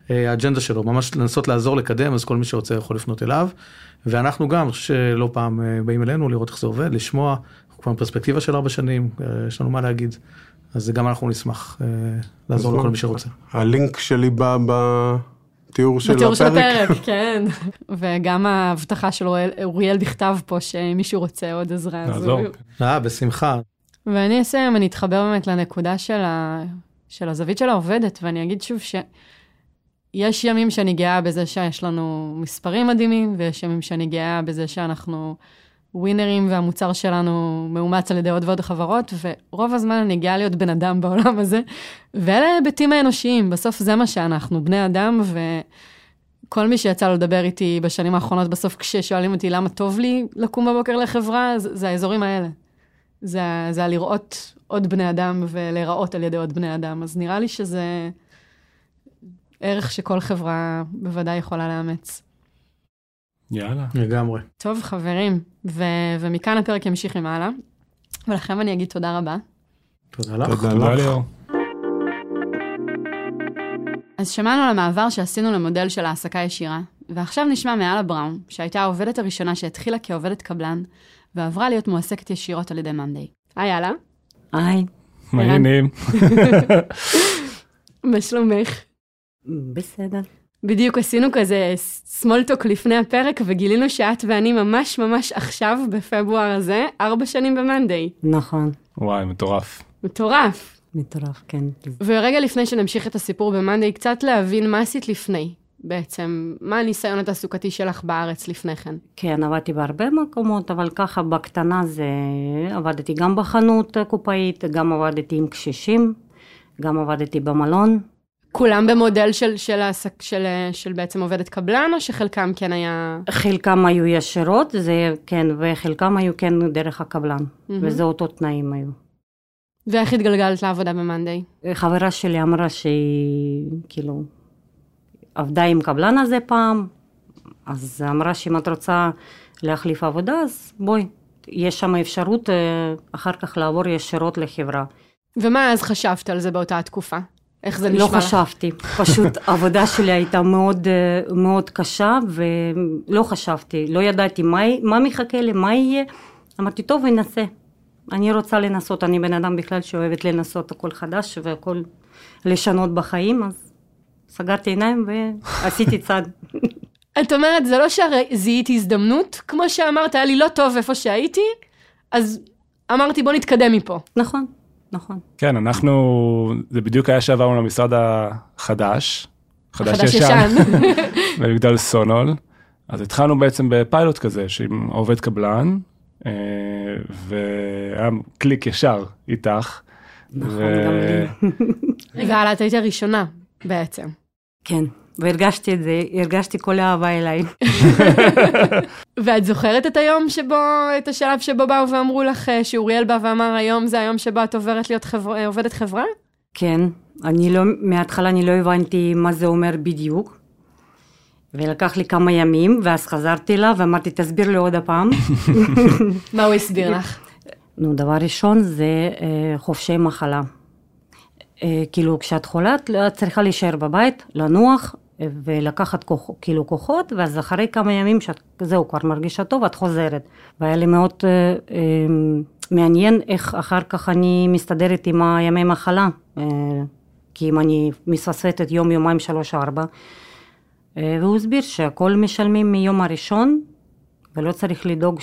האג'נדה שלו, ממש לנסות לעזור לקדם, אז כל מי שרוצה יכול לפנות אליו, ואנחנו גם, אני חושב שלא פעם באים אלינו לראות איך זה עובד, לשמוע, כבר פרספקטיבה של 4 שנים, יש לנו מה להגיד, אז גם אנחנו נשמח לעזור לכל מי שרוצה. הלינק שלי בא בתיאור של הפרק. בתיאור של הפרק, כן. וגם ההבטחה של אוריאל בכתב פה, שמישהו רוצה עוד עזרה. נעזור. בשמחה. ואני אסיים, אני אתחבר באמת לנקודה של הזווית של העובדת, ואני אגיד שוב יש ימים שאני גאה בזה שיש לנו מספרים מדהימים, ויש ימים שאני גאה בזה שאנחנו ווינרים, והמוצר שלנו מאומץ על ידי עוד ועוד חברות, ורוב הזמן אני גאה להיות בן אדם בעולם הזה, ואלה היבטים האנושיים, בסוף זה מה שאנחנו, בני אדם, וכל מי שיצא לו לדבר איתי בשנים האחרונות, בסוף כששואלים אותי למה טוב לי לקום בבוקר לחברה, זה האזורים האלה. זה לראות עוד בני אדם, ולראות על ידי עוד בני אדם, אז נראה לי שזה ערך שכל חברה בוודאי יכולה לאמץ. יאללה. לגמרי. טוב, חברים, ומכאן הפרק ימשיך למעלה, ולכם אני אגיד תודה רבה. תודה לך. תודה ליאור. אז שמענו על המעבר שעשינו למודל של העסקה ישירה, ועכשיו נשמע מאלה בראון, שהייתה העובדת הראשונה שהתחילה כעובדת קבלן, ועברה להיות מועסקת ישירות על ידי מאנדיי. היי, אלה. היי. מה העניינים? מה שלומך? בסדר. בדיוק עשינו כזה סמולטוק לפני הפרק, וגילינו שאת ואני ממש ממש עכשיו, בפברואר הזה, 4 שנים במאנדיי. נכון. וואי, מטורף. מטורף. מטורף, כן. ורגע לפני שנמשיך את הסיפור במאנדיי, קצת להבין מה עשית לפני, בעצם. מה הניסיון התעסוקתי שלך בארץ לפני כן? כן, עבדתי בהרבה מקומות, אבל ככה בקטנה זה, עבדתי גם בחנות קופאית, גם עבדתי עם קשישים, גם עבדתי במלון. כולם במודל של בעצם עובדת קבלן, או שחלקם כן היה... חלקם היו ישירות, זה כן, וחלקם היו כן דרך הקבלן, וזה אותו תנאים היו. ואיך התגלגלת לעבודה במאנדיי? חברה שלי אמרה שהיא, כאילו, עבדה עם קבלן הזה פעם, אז אמרה שאם את רוצה להחליף עבודה, אז בואי, יש שם אפשרות אחר כך לעבור ישירות לחברה. ומה אז חשבת על זה באותה התקופה? איך זה נשמע לך? לא חשבתי, פשוט העבודה שלי הייתה מאוד, מאוד קשה, ולא חשבתי, לא ידעתי מה מחכה לי, מה יהיה. אמרתי, טוב, ננסה. אני רוצה לנסות, אני בן אדם בכלל שאוהבת לנסות הכל חדש, והכל לשנות בחיים, אז סגרתי עיניים ועשיתי צעד. את אומרת, זה לא שזיהיתי הזדמנות, כמו שאמרת, היה לי לא טוב איפה שהייתי, אז אמרתי, בוא נתקדם מפה. נכון. נכון. כן, זה בדיוק היה שעברנו למשרד החדש ישן, במגדל סונול, אז התחלנו בעצם בפיילוט כזה, שעם עובד קבלן, והיה קליק ישר איתך. נכון, גם לי. רגע, את היית הראשונה בעצם. כן, והרגשתי את זה, הרגשתי כל האהבה אליי. ואת זוכרת את היום שבו, את השלב שבו באו ואמרו לך שאוריאל בא ואמר היום זה היום שבו את עוברת להיות עובדת חברה? כן, מההתחלה אני לא הבנתי מה זה אומר בדיוק, ולקח לי כמה ימים, ואז חזרתי לה ואמרתי תסביר לי עוד הפעם. מה הוא הסביר לך? נו, דבר ראשון זה חופשי מחלה. כאילו כשאת חולה, את צריכה להישאר בבית, לנוח ולקחת כוחות, ואז אחרי כמה ימים זהו, כבר מרגישה טוב, את חוזרת. והיה לי מאוד מעניין איך אחר כך אני מסתדרת עם הימי מחלה, כי אם אני מספספת יום, יומיים, 3, 4, והוא הסביר שהכל משלמים מיום הראשון, ולא צריך לדאוג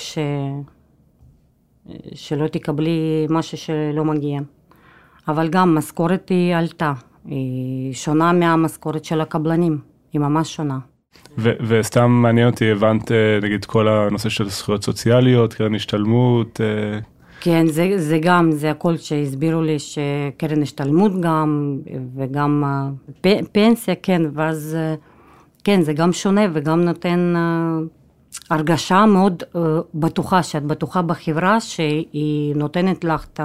שלא תקבלי משהו שלא מגיע. אבל גם משכורת היא עלתה, היא שונה מהמשכורת של הקבלנים, היא ממש שונה. וסתם מעניין אותי, הבנת נגיד כל הנושא של זכויות סוציאליות, קרן השתלמות? כן, זה גם, זה הכל שהסבירו לי שקרן השתלמות גם, וגם פנסיה, כן, ואז כן, זה גם שונה וגם נותן הרגשה מאוד בטוחה, שאת בטוחה בחברה שהיא נותנת לך את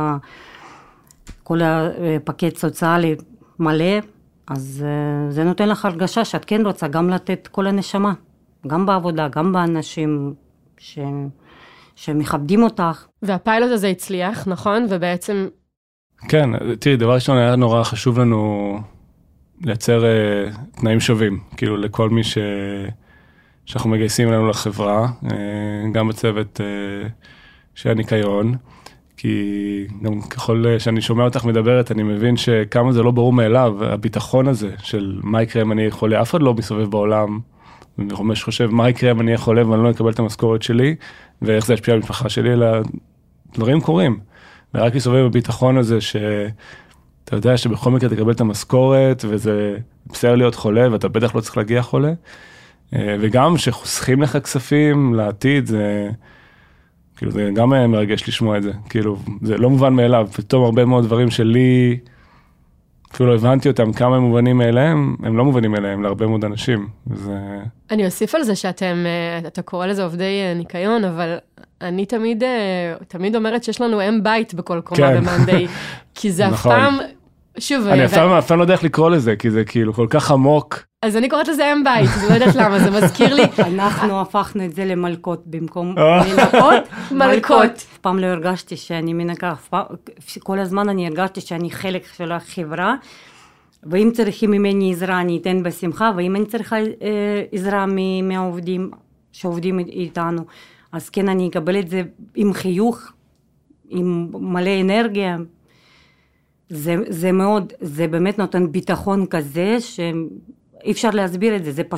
כל הפקט סוציאלי מלא, אז זה נותן לך הרגשה שאת כן רוצה גם לתת כל הנשמה, גם בעבודה, גם באנשים שמכבדים אותך. והפיילוט הזה הצליח, נכון? ובעצם... כן, תראי, דבר ראשון היה נורא חשוב לנו לייצר תנאים שווים, כאילו לכל מי שאנחנו מגייסים אלינו לחברה, גם בצוות של הניקיון, כי גם ככל שאני שומע אותך מדברת, אני מבין שכמה זה לא ברור מאליו, הביטחון הזה של מה יקרה אם אני חולה, אף אחד לא מסובב בעולם, וממש חושב מה יקרה אם אני אהיה חולה ואני לא אקבל את המשכורת שלי, ואיך זה ישפיע על המשפחה שלי, אלא דברים קורים. ורק לסובב בביטחון הזה שאתה יודע שבכל מקרה תקבל את המשכורת, וזה בסדר להיות חולה, ואתה בטח לא צריך להגיע חולה, וגם שחוסכים לך כספים לעתיד, כאילו זה גם מרגש לשמוע את זה, כאילו זה לא מובן מאליו, פתאום הרבה מאוד דברים שלי, אפילו לא הבנתי אותם, כמה הם מובנים מאליהם, הם לא מובנים מאליהם להרבה מאוד אנשים. אני אוסיף על זה אתה קורא לזה עובדי ניקיון, אבל אני תמיד אומרת שיש לנו אם בית בכל קומה במאנדיי, כי זה אף פעם, שוב, אני אף פעם לא יודע איך לקרוא לזה, כי זה כאילו כל כך עמוק. אז אני קוראת לזה אם בית, אני לא יודעת למה, זה מזכיר לי. אנחנו הפכנו את זה למלכות, במקום מנקות, מלכות. אף פעם לא הרגשתי שאני מנקה, כל הזמן אני הרגשתי שאני חלק של החברה, ואם צריכים ממני עזרה אני אתן בשמחה, ואם אני צריכה עזרה מהעובדים שעובדים איתנו, אז כן אני אקבל את זה עם חיוך, עם מלא אנרגיה. זה מאוד, זה באמת נותן ביטחון כזה שאי אפשר להסביר את זה, זה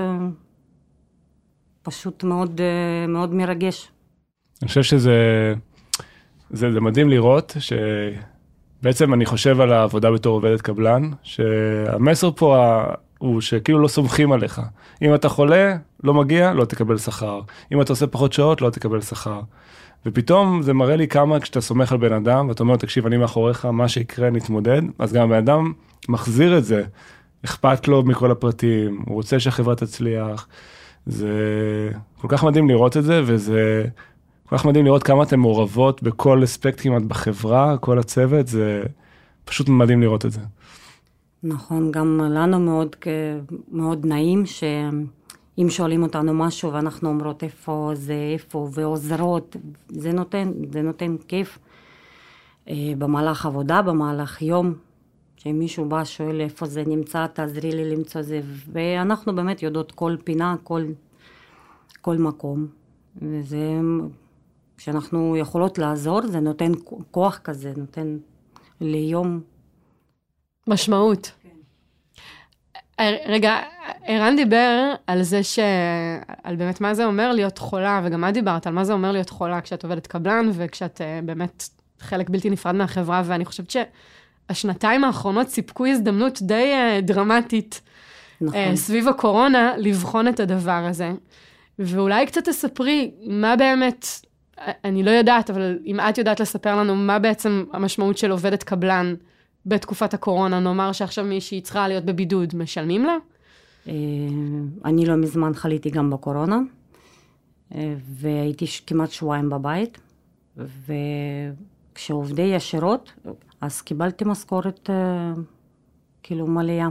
פשוט מאוד, מאוד מרגש. אני חושב שזה מדהים לראות שבעצם אני חושב על העבודה בתור עובדת קבלן, שהמסר פה הוא שכאילו לא סומכים עליך. אם אתה חולה, לא מגיע, לא תקבל שכר. אם אתה עושה פחות שעות, לא תקבל שכר. ופתאום זה מראה לי כמה כשאתה סומך על בן אדם, ואתה אומר, תקשיב, אני מאחוריך, מה שיקרה נתמודד, אז גם הבן אדם מחזיר את זה, אכפת לו מכל הפרטים, הוא רוצה שהחברה תצליח, זה כל כך מדהים לראות את זה, וזה כל כך מדהים לראות כמה אתם מעורבות בכל אספקט כמעט בחברה, כל הצוות, זה פשוט מדהים לראות את זה. נכון, גם לנו מאוד נעים אם שואלים אותנו משהו ואנחנו אומרות איפה זה, איפה, ועוזרות, זה נותן כיף. במהלך עבודה, במהלך יום, שמישהו בא שואל איפה זה נמצא, תעזרי לי למצוא זה, ואנחנו באמת יודעות כל פינה, כל מקום. וזה, כשאנחנו יכולות לעזור, זה נותן כוח כזה, נותן ליום. משמעות. רגע, ערן דיבר על זה על באמת מה זה אומר להיות חולה, וגם את דיברת על מה זה אומר להיות חולה כשאת עובדת קבלן, וכשאת באמת חלק בלתי נפרד מהחברה, ואני חושבת שהשנתיים האחרונות סיפקו הזדמנות די דרמטית, נכון. סביב הקורונה, לבחון את הדבר הזה. ואולי קצת תספרי מה באמת, אני לא יודעת, אבל אם את יודעת לספר לנו, מה בעצם המשמעות של עובדת קבלן, בתקופת הקורונה, נאמר שעכשיו מישהי צריכה להיות בבידוד, משלמים לה? אני לא מזמן חליתי גם בקורונה, והייתי כמעט שבועיים בבית, וכשעובדי ישירות, אז קיבלתי משכורת כאילו מלאה.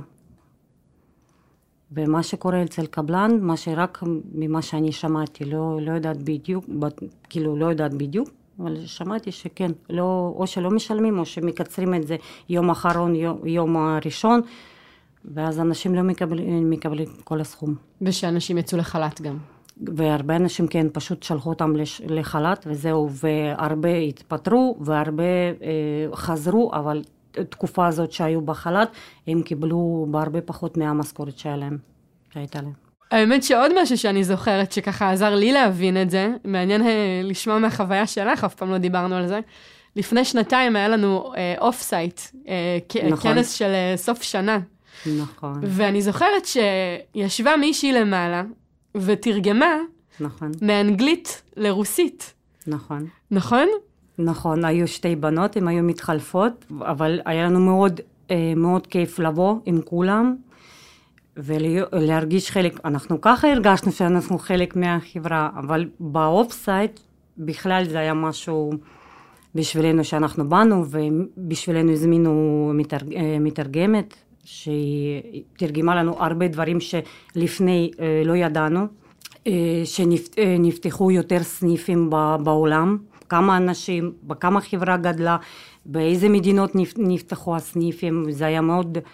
ומה שקורה אצל קבלן, מה שרק ממה שאני שמעתי, לא יודעת בדיוק, כאילו לא יודעת בדיוק, אבל שמעתי שכן, או שלא משלמים, או שמקצרים את זה יום אחרון, יום הראשון, ואז אנשים לא מקבלים כל הסכום. ושאנשים יצאו לחל"ת גם. והרבה אנשים כן, פשוט שלחו אותם לחל"ת, וזהו, והרבה התפטרו, והרבה חזרו, אבל תקופה הזאת שהיו בחל"ת, הם קיבלו בהרבה פחות מהמשכורת שהייתה להם. האמת שעוד משהו שאני זוכרת שככה עזר לי להבין את זה, מעניין לשמוע מהחוויה שלך, אף פעם לא דיברנו על זה. לפני שנתיים היה לנו אוף סייט, כנס של סוף שנה. נכון. ואני זוכרת שישבה מישהי למעלה ותרגמה מאנגלית לרוסית. נכון. נכון? נכון, היו שתי בנות, הן היו מתחלפות, אבל היה לנו מאוד כיף לבוא עם כולם. ולהרגיש חלק, אנחנו ככה הרגשנו שאנחנו חלק מהחברה, אבל באופסייט בכלל זה היה משהו בשבילנו שאנחנו באנו, ובשבילנו הזמינו מתרגמת, שהיא תרגמה לנו הרבה דברים שלפני לא ידענו, שנפתחו יותר סניפים בעולם, כמה אנשים, בכמה חברה גדלה, באיזה מדינות נפתחו הסניפים, זה היה מאוד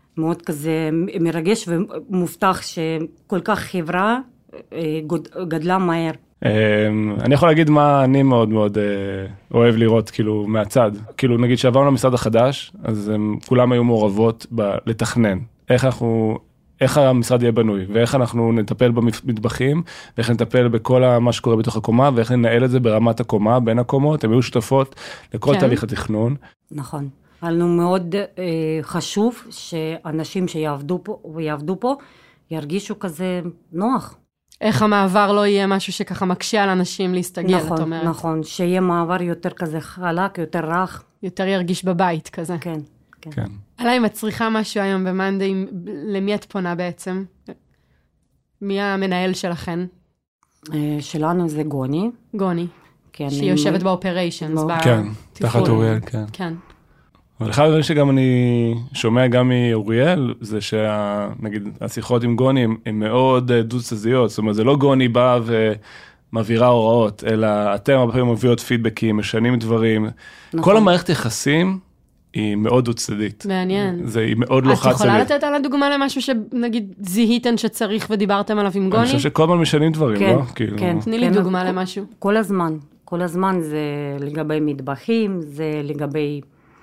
מאוד כזה מרגש ומובטח שכל כך חברה גדלה מהר. אני יכול להגיד מה אני מאוד מאוד אוהב לראות כאילו מהצד. כאילו נגיד שעברנו למשרד החדש, אז כולם היו מעורבות לתכנן. איך המשרד יהיה בנוי, ואיך אנחנו נטפל במטבחים, ואיך נטפל בכל מה שקורה בתוך הקומה, ואיך ננהל את זה ברמת הקומה, בין הקומות, הם היו שותפות לכל תהליך התכנון. נכון. לנו מאוד חשוב שאנשים שיעבדו פה ירגישו כזה נוח. איך המעבר לא יהיה משהו שככה מקשה על אנשים להסתגל, את אומרת. נכון, שיהיה מעבר יותר כזה חלק, יותר רך. יותר ירגיש בבית כזה. כן. כן. עלה אם את צריכה משהו היום במאנדי, למי את פונה בעצם? מי המנהל שלכן? שלנו זה גוני. גוני. כן. שהיא יושבת באופריישנס. כן, תחת אוריאל, כן. כן. אבל אחד הדברים שגם אני שומע גם מאוריאל, זה שנגיד השיחות עם גוני הן מאוד דו-צדדיות, זאת אומרת זה לא גוני בא ומעבירה הוראות, אלא אתם הרבה פעמים מביאות פידבקים, משנים דברים. נכון. כל המערכת יחסים היא מאוד דו-צדדית. מעניין. היא מאוד לא חד-צדדית. את יכולה לתת על הדוגמה למשהו שנגיד זיהיתן שצריך ודיברתם עליו עם גוני? אני חושב שכל הזמן משנים דברים, כן, לא? כן. תני לי דוגמה למשהו. כל הזמן זה לגבי מטבחים, זה לגבי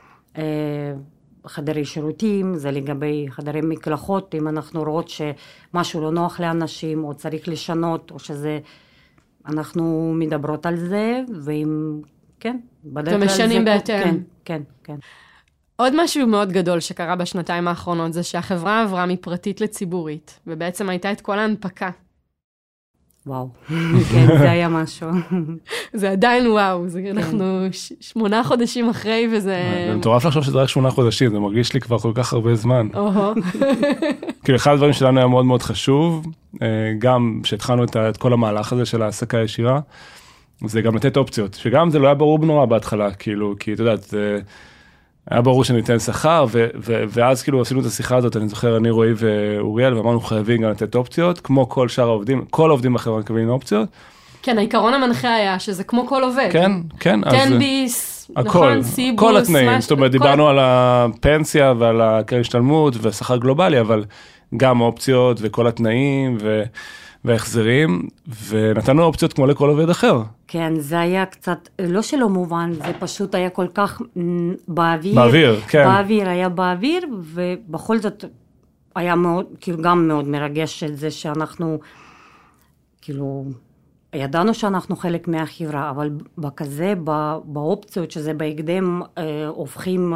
חדרי שירותים, זה לגבי חדרי מקלחות, אם אנחנו רואות שמשהו לא נוח לאנשים, או צריך לשנות, או שזה, אנחנו מדברות על זה, ואם, כן, בדרך כלל זה... ומשנים בהתאם. כן. עוד משהו מאוד גדול שקרה בשנתיים האחרונות, זה שהחברה עברה מפרטית לציבורית, ובעצם הייתה את כל ההנפקה. וואו, כן, זה היה משהו. זה עדיין וואו, אנחנו 8 חודשים אחרי וזה... זה מטורף לחשוב שזה רק 8 חודשים, זה מרגיש לי כבר כל כך הרבה זמן. כאילו אחד הדברים שלנו היה מאוד מאוד חשוב, גם שהתחלנו את כל המהלך הזה של העסקה ישירה, זה גם לתת אופציות, שגם זה לא היה ברור בנורא בהתחלה, כאילו, כי אתה יודעת, היה ברור שניתן שכר, ואז כאילו עשינו את השיחה הזאת, אני זוכר, אני רועי ואוריאל, ואמרנו חייבים גם לתת אופציות, כמו כל שאר העובדים, כל העובדים בחברה מקבלים אופציות. כן, העיקרון המנחה היה שזה כמו כל עובד. כן. תן ביס, נכון, סיבוס. כל התנאים, זאת אומרת, דיברנו על הפנסיה ועל הקרן השתלמות והשכר גלובלי, אבל גם אופציות וכל התנאים וההחזרים, ונתנו אופציות כמו לכל עובד אחר. כן, זה היה קצת, לא שלא מובן, זה פשוט היה כל כך באוויר. כן. היה באוויר, ובכל זאת היה מאוד, כאילו גם מאוד מרגש את זה שאנחנו, כאילו, ידענו שאנחנו חלק מהחברה, אבל בכזה, באופציות שזה בהקדם הופכים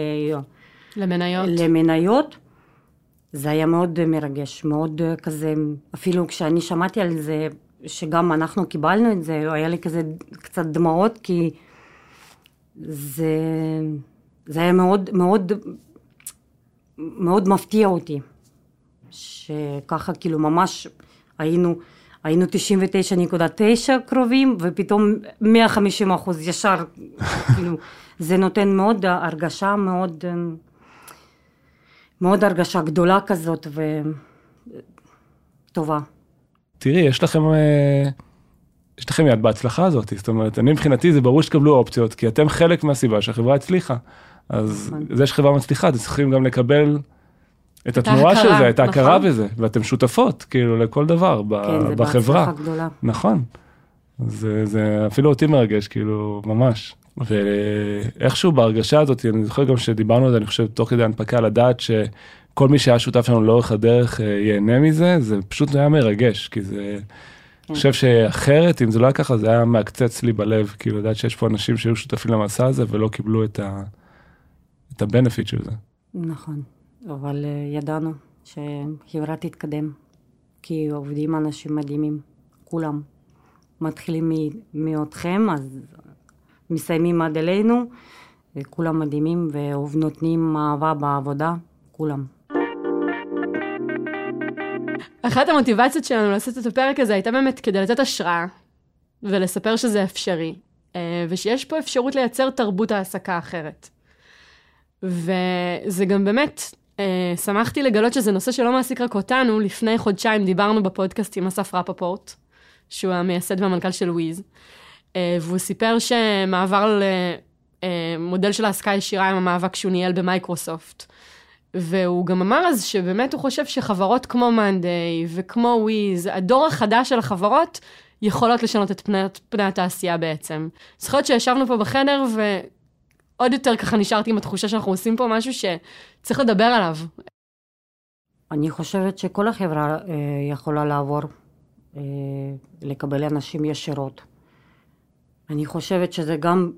למניות, זה היה מאוד מרגש, מאוד כזה, אפילו כשאני שמעתי על זה, שגם אנחנו קיבלנו את זה, היה לי כזה קצת דמעות, כי זה היה מאוד, מאוד, מאוד מפתיע אותי, שככה כאילו ממש היינו 99.9 קרובים, ופתאום 150% ישר, כאילו, זה נותן מאוד הרגשה, מאוד הרגשה גדולה כזאת וטובה. תראי, יש לכם יד בהצלחה הזאת, זאת אומרת, אני מבחינתי זה ברור שתקבלו אופציות, כי אתם חלק מהסיבה שהחברה הצליחה, אז זה שחברה מצליחה, אתם צריכים גם לקבל את התנועה של זה, את ההכרה בזה, ואתם שותפות, כאילו, לכל דבר בחברה. כן, זה בהצלחה גדולה. נכון. זה אפילו אותי מרגש, כאילו, ממש. ואיכשהו בהרגשה הזאת, אני זוכר גם שדיברנו על זה, אני חושב, תוך כדי הנפקה, לדעת שכל מי שהיה שותף שלנו לאורך הדרך ייהנה מזה, זה פשוט היה מרגש, כי זה... אני חושב שאחרת, אם זה לא היה ככה, זה היה מעקצץ לי בלב, כאילו, לדעת שיש פה אנשים שהיו שותפים למסע הזה, ולא קיבלו את הבנפיט של זה. נכון, אבל ידענו שחברה תתקדם, כי עובדים אנשים מדהימים, כולם. מתחילים מאותכם, אז מסיימים עד אלינו, וכולם מדהימים, ונותנים אהבה בעבודה, כולם. אחת המוטיבציות שלנו לעשות את הפרק הזה הייתה באמת כדי לתת השראה, ולספר שזה אפשרי, ושיש פה אפשרות לייצר תרבות העסקה אחרת. וזה גם באמת, שמחתי לגלות שזה נושא שלא מעסיק רק אותנו, לפני חודשיים דיברנו בפודקאסט עם אסף רפפורט, שהוא המייסד והמנכ"ל של וויז, והוא סיפר שמעבר למודל של העסקה ישירה עם המאבק שהוא ניהל במייקרוסופט, והוא גם אמר אז שבאמת הוא חושב שחברות כמו מאנדיי וכמו וויז, הדור החדש של החברות, יכולות לשנות את פני התעשייה בעצם. זכויות שישבנו פה בחדר, ועוד יותר ככה נשארתי עם התחושה שאנחנו עושים פה משהו שצריך לדבר עליו. אני חושבת שכל החברה יכולה לעבור, לקבל אנשים ישירות. אני חושבת שזה גם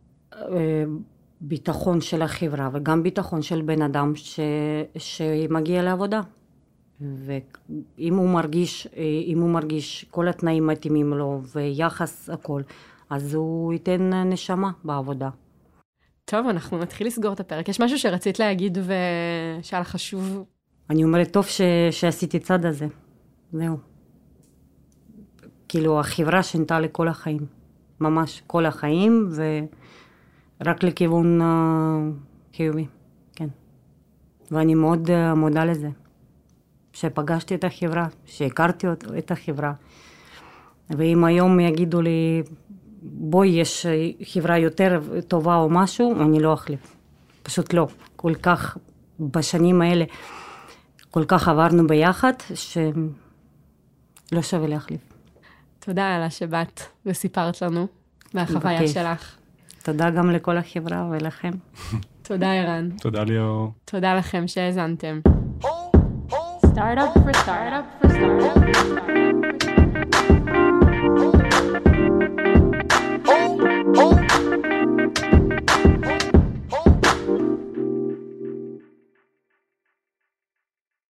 ביטחון של החברה, וגם ביטחון של בן אדם שמגיע לעבודה. ואם הוא מרגיש כל התנאים מתאימים לו, ויחס הכל, אז הוא ייתן נשמה בעבודה. טוב, אנחנו נתחיל לסגור את הפרק. יש משהו שרצית להגיד ושהיה לך חשוב? אני אומרת, טוב שעשיתי צד הזה. זהו. כאילו, החברה שינתה לכל החיים. ממש כל החיים, ורק לכיוון חיובי. כן. ואני מאוד מודה לזה. שפגשתי את החברה, שהכרתי את החברה. ואם היום יגידו לי, בואי, יש חברה יותר טובה או משהו, אני לא אחליף. פשוט לא. כל כך, בשנים האלה, כל כך עברנו ביחד, שלא שווה להחליף. תודה אלה שבאת וסיפרת לנו מהחוויה שלך. תודה גם לכל החברה ולכם. תודה ערן. תודה ליאור. תודה לכם שהאזנתם. Startup for startup for startup.